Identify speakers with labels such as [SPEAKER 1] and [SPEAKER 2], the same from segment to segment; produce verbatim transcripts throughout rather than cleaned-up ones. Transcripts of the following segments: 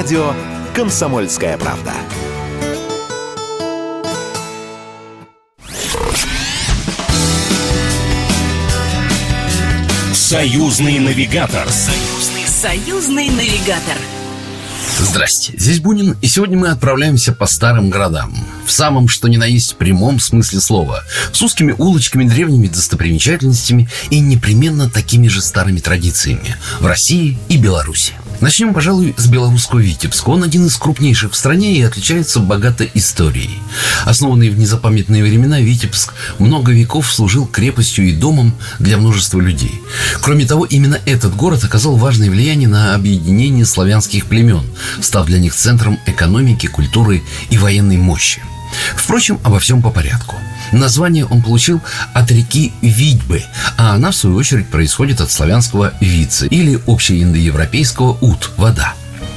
[SPEAKER 1] радио «Комсомольская правда».
[SPEAKER 2] Союзный навигатор.
[SPEAKER 3] Союзный, союзный навигатор.
[SPEAKER 4] Здрасте, здесь Бунин, и сегодня мы отправляемся по старым городам. В самом что ни на есть прямом смысле слова. С узкими улочками, древними достопримечательностями и непременно такими же старыми традициями в России и Беларуси. Начнем, пожалуй, с белорусского Витебска. Он один из крупнейших в стране и отличается богатой историей. Основанный в незапамятные времена, Витебск много веков служил крепостью и домом для множества людей. Кроме того, именно этот город оказал важное влияние на объединение славянских племен, став для них центром экономики, культуры и военной мощи. Впрочем, обо всем по порядку. Название он получил от реки Витьбы, а она, в свою очередь, происходит от славянского «вице» или общеиндоевропейского «ут» – «вода».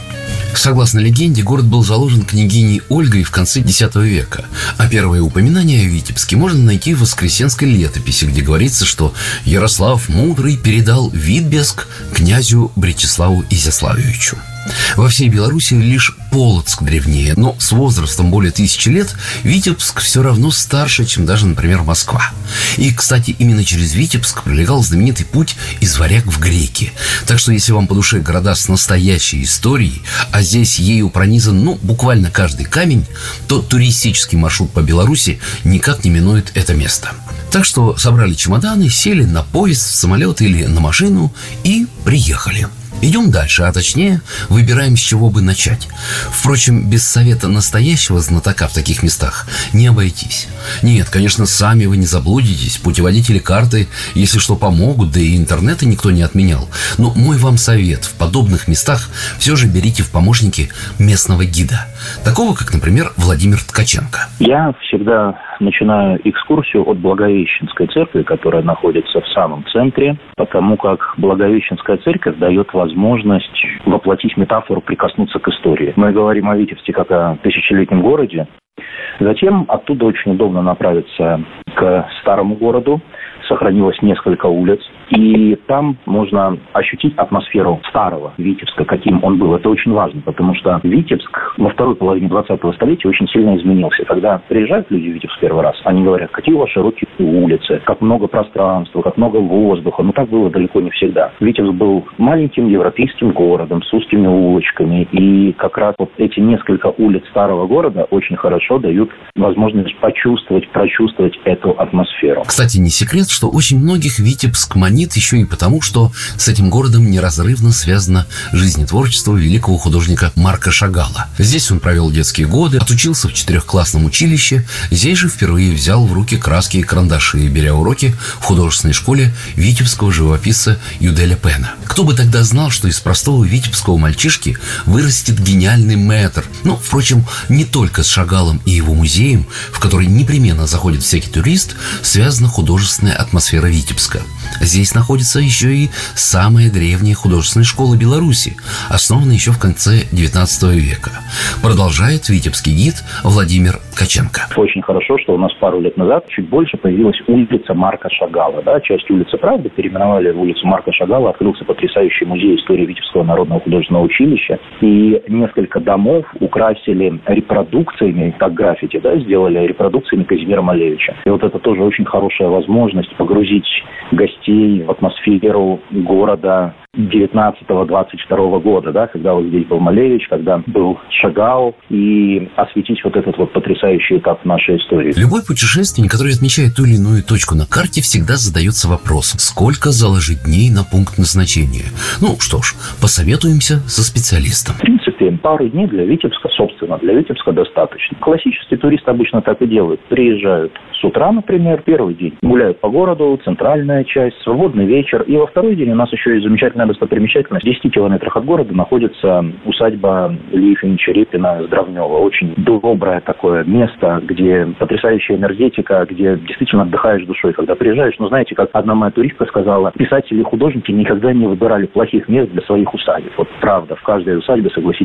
[SPEAKER 4] Согласно легенде, город был заложен княгиней Ольгой в конце десятого века, а первое упоминание о Витебске можно найти в Воскресенской летописи, где говорится, что Ярослав Мудрый передал Витбеск князю Бречеславу Изяславовичу. Во всей Беларуси лишь Полоцк древнее, но с возрастом более тысячи лет Витебск все равно старше, чем даже, например, Москва. И, кстати, именно через Витебск пролегал знаменитый путь из Варяг в Греки. Так что, если вам по душе города с настоящей историей, а здесь ею пронизан, ну, буквально каждый камень, то туристический маршрут по Беларуси никак не минует это место. Так что собрали чемоданы, сели на поезд, в самолет или на машину и приехали. Идем дальше, а точнее, выбираем, с чего бы начать. Впрочем, без совета настоящего знатока в таких местах не обойтись. Нет, конечно, сами вы не заблудитесь. Путеводители, карты, если что, помогут, да и интернета никто не отменял. Но мой вам совет: в подобных местах все же берите в помощники местного гида. Такого, как, например, Владимир Ткаченко.
[SPEAKER 5] Я всегда начинаю экскурсию от Благовещенской церкви, которая находится в самом центре, потому как Благовещенская церковь дает возможность воплотить метафору, прикоснуться к истории. Мы говорим о Витебске как о тысячелетнем городе. Затем оттуда очень удобно направиться к старому городу. Сохранилось несколько улиц, и там можно ощутить атмосферу старого Витебска, каким он был. Это очень важно, потому что Витебск во второй половине двадцатого столетия очень сильно изменился. Когда приезжают люди в Витебск первый раз, они говорят, какие у вас широкие улицы, как много пространства, как много воздуха. Но так было далеко не всегда. Витебск был маленьким европейским городом с узкими улочками, и как раз вот эти несколько улиц старого города очень хорошо дают возможность почувствовать, прочувствовать эту атмосферу.
[SPEAKER 4] Кстати, не секрет, что очень многих Витебск манит еще и потому, что с этим городом неразрывно связано жизнетворчество великого художника Марка Шагала. Здесь он провел детские годы, отучился в четырехклассном училище, здесь же впервые взял в руки краски и карандаши, беря уроки в художественной школе витебского живописца Юделя Пена. Кто бы тогда знал, что из простого витебского мальчишки вырастет гениальный мэтр. Ну, впрочем, не только с Шагалом и его музеем, в который непременно заходит всякий турист, связана художественная атмосфера Витебска. Здесь находится еще и самая древняя художественная школа Беларуси, основанная еще в конце девятнадцатого века. Продолжает витебский гид Владимир Ткаченко.
[SPEAKER 5] Очень хорошо, что у нас пару лет назад чуть больше появилась улица Марка Шагала. Да? Часть улицы Правды переименовали в улицу Марка Шагала. Открылся потрясающий музей истории Витебского народного художественного училища. И несколько домов украсили репродукциями, как граффити, да, сделали репродукциями Казимира Малевича. И вот это тоже очень хорошая возможность погрузить гостей в атмосферу города девятнадцатого-двадцать второго года, да, когда вот здесь был Малевич, когда был Шагал, и осветить вот этот вот потрясающий этап нашей истории.
[SPEAKER 4] Любой путешественник, который отмечает ту или иную точку на карте, всегда задается вопросом: сколько заложить дней на пункт назначения? Ну что ж, посоветуемся со специалистом.
[SPEAKER 5] В принципе, пару дней для Витебска, собственно, для Витебска достаточно. Классические туристы обычно так и делают. Приезжают с утра, например, первый день, гуляют по городу, центральная часть, свободный вечер, и во второй день у нас еще есть замечательная достопримечательность. В десяти километрах от города находится усадьба Ильи Ефимовича Репина Здравнева. Очень доброе такое место, где потрясающая энергетика, где действительно отдыхаешь душой, когда приезжаешь. Но знаете, как одна моя туристка сказала, писатели и художники никогда не выбирали плохих мест для своих усадеб. Вот правда, в каждой усадьбе, согласитесь,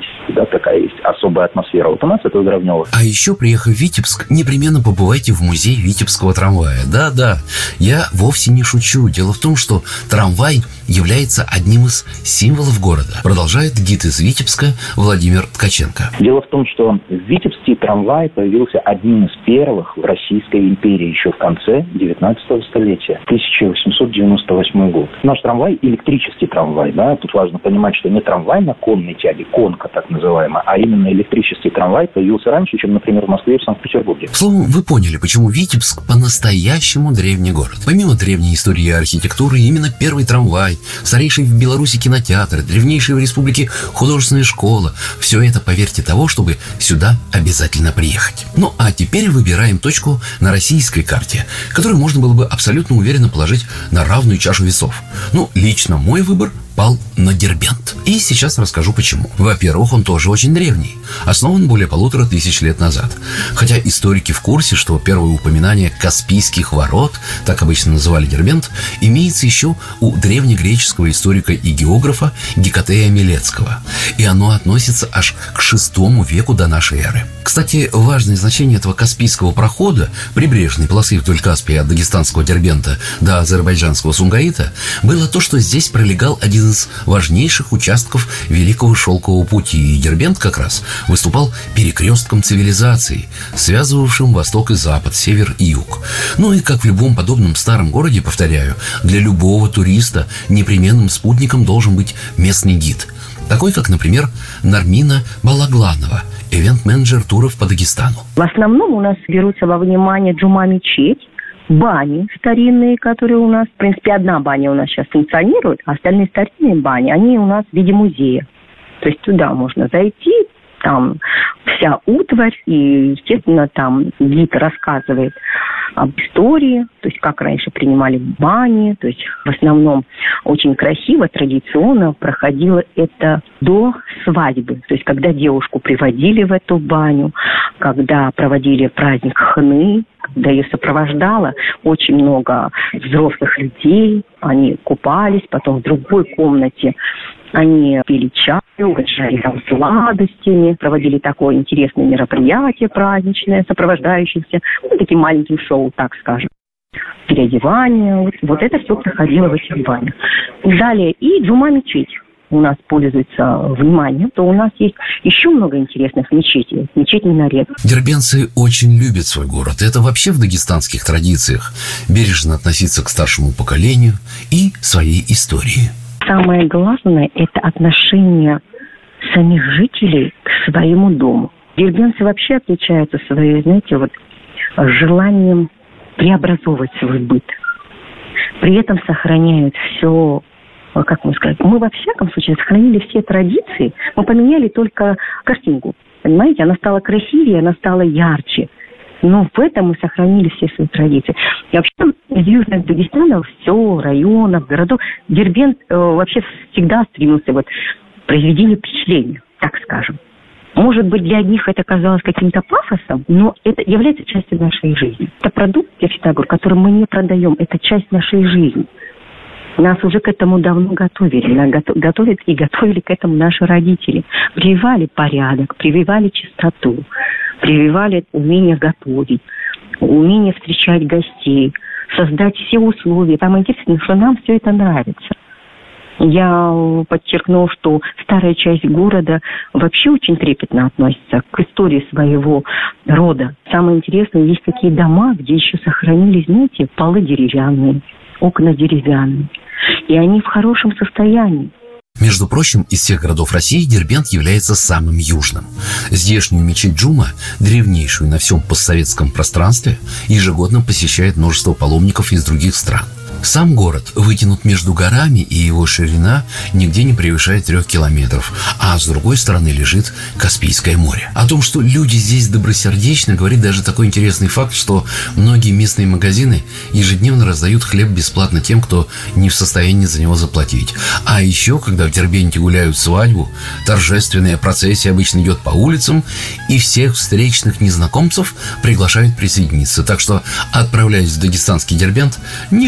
[SPEAKER 5] здесь, да, такая есть особая атмосфера. Вот у нас это выравнялось.
[SPEAKER 4] А еще, приехав в Витебск, непременно побывайте в музее Витебского трамвая. Да-да, я вовсе не шучу. Дело в том, что трамвай является одним из символов города, продолжает гид из Витебска Владимир Ткаченко.
[SPEAKER 5] Дело в том, что в Витебске трамвай появился одним из первых в Российской империи еще в конце девятнадцатого столетия, тысяча восемьсот девяносто восьмой год. Наш трамвай – электрический трамвай, да, тут важно понимать, что не трамвай на конной тяге, конка так называемая, а именно электрический трамвай появился раньше, чем, например, в Москве и в Санкт-Петербурге.
[SPEAKER 4] Словом, вы поняли, почему Витебск по-настоящему древний город. Помимо древней истории и архитектуры, именно первый трамвай, старейший в Беларуси кинотеатр, древнейшая в республике художественная школа – все это, поверьте, того, чтобы сюда обязательно приехать. Ну, а теперь выбираем точку на российской карте, которую можно было бы абсолютно уверенно положить на равную чашу весов. Ну, лично мой выбор пал на Дербент. И сейчас расскажу почему. Во-первых, он тоже очень древний. Основан более полутора тысяч лет назад. Хотя историки в курсе, что первое упоминание Каспийских ворот, так обычно называли Дербент, имеется еще у древнегреческого историка и географа Гекатея Милецкого. И оно относится аж к шестому веку до нашей эры. Кстати, важное значение этого Каспийского прохода, прибрежной полосы вдоль Каспия от дагестанского Дербента до азербайджанского Сумгаита, было то, что здесь пролегал один из важнейших участков Великого Шелкового пути, и Дербент как раз выступал перекрестком цивилизации, связывавшим Восток и Запад, Север и Юг. Ну и, как в любом подобном старом городе, повторяю, для любого туриста непременным спутником должен быть местный гид. Такой, как, например, Нармина Балагланова, ивент-менеджер туров по Дагестану.
[SPEAKER 6] В основном у нас берутся во внимание джума-мечеть, бани старинные, которые у нас, в принципе, одна баня у нас сейчас функционирует, а остальные старинные бани, они у нас в виде музея. То есть туда можно зайти, там вся утварь, и, естественно, там гид рассказывает об истории, то есть как раньше принимали бани, то есть в основном очень красиво, традиционно проходило это до свадьбы, то есть когда девушку приводили в эту баню, когда проводили праздник хны, когда ее сопровождало очень много взрослых людей, они купались, потом в другой комнате они пили чай, угощали там сладостями, проводили такое интересное мероприятие праздничное, сопровождающееся ну, таким маленьким шоу, так скажем. Переодевание, вот, вот это все проходило в этих банях. Далее и джума-мечеть у нас пользуется вниманием, то у нас есть еще много интересных мечетей, мечеть Минарет.
[SPEAKER 4] Дербентцы очень любят свой город. Это вообще в дагестанских традициях. Бережно относиться к старшему поколению и своей истории.
[SPEAKER 6] Самое главное – это отношение самих жителей к своему дому. Дербентцы вообще отличаются своей, знаете, вот желанием преобразовывать свой быт. При этом сохраняют все, как мы сказать, мы во всяком случае сохранили все традиции, мы поменяли только картинку. Понимаете, она стала красивее, она стала ярче. Но в этом мы сохранили все свои традиции. И вообще из Южного Дагестана, сел, районов, городов, Дербент э, вообще всегда стремился вот к произведению впечатления, так скажем. Может быть, для них это казалось каким-то пафосом, но это является частью нашей жизни. Это продукт, я всегда говорю, который мы не продаем, это часть нашей жизни. Нас уже к этому давно готовили. Нас готовят и готовили к этому наши родители. Прививали порядок, прививали чистоту, прививали умение готовить, умение встречать гостей, создать все условия. Там единственное, что нам все это нравится. Я подчеркну, что старая часть города вообще очень трепетно относится к истории своего рода. Самое интересное, есть такие дома, где еще сохранились, знаете, полы деревянные, окна деревянные. И они в хорошем состоянии.
[SPEAKER 4] Между прочим, из всех городов России Дербент является самым южным. Здешнюю мечеть Джума, древнейшую на всем постсоветском пространстве, ежегодно посещает множество паломников из других стран. Сам город вытянут между горами, и его ширина нигде не превышает трех километров, а с другой стороны лежит Каспийское море. О том, что люди здесь добросердечны, говорит даже такой интересный факт, что многие местные магазины ежедневно раздают хлеб бесплатно тем, кто не в состоянии за него заплатить. А еще, когда в Дербенте гуляют свадьбу, торжественная процессия обычно идет по улицам, и всех встречных незнакомцев приглашают присоединиться. Так что, отправляясь в дагестанский Дербент, не лишне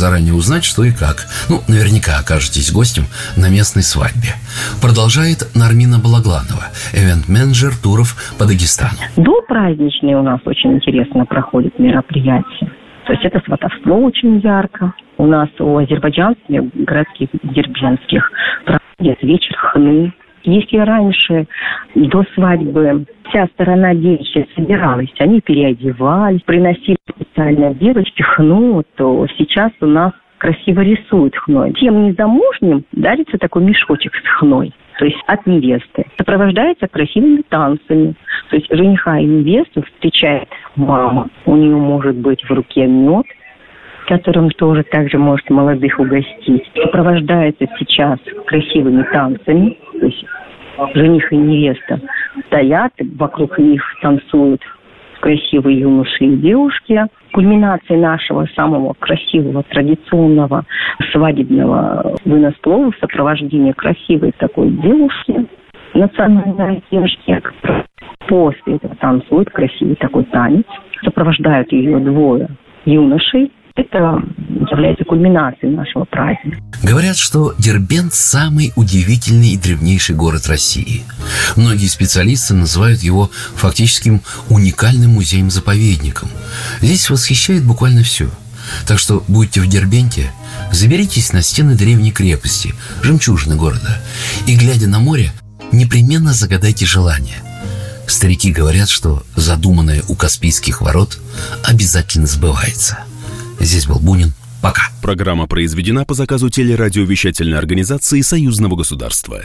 [SPEAKER 4] заранее узнать, что и как. Ну, наверняка окажетесь гостем на местной свадьбе. Продолжает Нармина Балагланова, эвент-менеджер туров по Дагестану.
[SPEAKER 6] До праздничные у нас очень интересно проходят мероприятия. То есть это сватовство очень ярко. У нас у азербайджанских городских дербенских проходит вечер хны. Если раньше, до свадьбы, вся сторона девичья собиралась, они переодевались, приносили специально девочке хну, то сейчас у нас красиво рисуют хной. Тем незамужним дарится такой мешочек с хной, то есть от невесты. Сопровождается красивыми танцами. То есть жениха и невесту встречает мама. У нее может быть в руке мед, которым тоже также может молодых угостить. Сопровождается сейчас красивыми танцами. То есть жених и невеста стоят, вокруг них танцуют красивые юноши и девушки. Кульминацией нашего самого красивого, традиционного свадебного вынослова в сопровождении красивой такой девушки, национальной девушки. После этого танцует красивый такой танец. Сопровождают ее двое юношей. Это является кульминацией нашего праздника.
[SPEAKER 4] Говорят, что Дербент – самый удивительный и древнейший город России. Многие специалисты называют его фактическим уникальным музеем-заповедником. Здесь восхищает буквально все. Так что будьте в Дербенте, заберитесь на стены древней крепости, жемчужины города, и, глядя на море, непременно загадайте желание. Старики говорят, что задуманное у Каспийских ворот обязательно сбывается. Здесь был Бунин. Пока.
[SPEAKER 2] Программа произведена по заказу телерадиовещательной организации Союзного государства.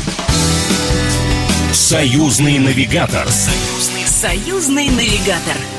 [SPEAKER 2] Союзный навигатор.
[SPEAKER 3] Союзный, союзный навигатор.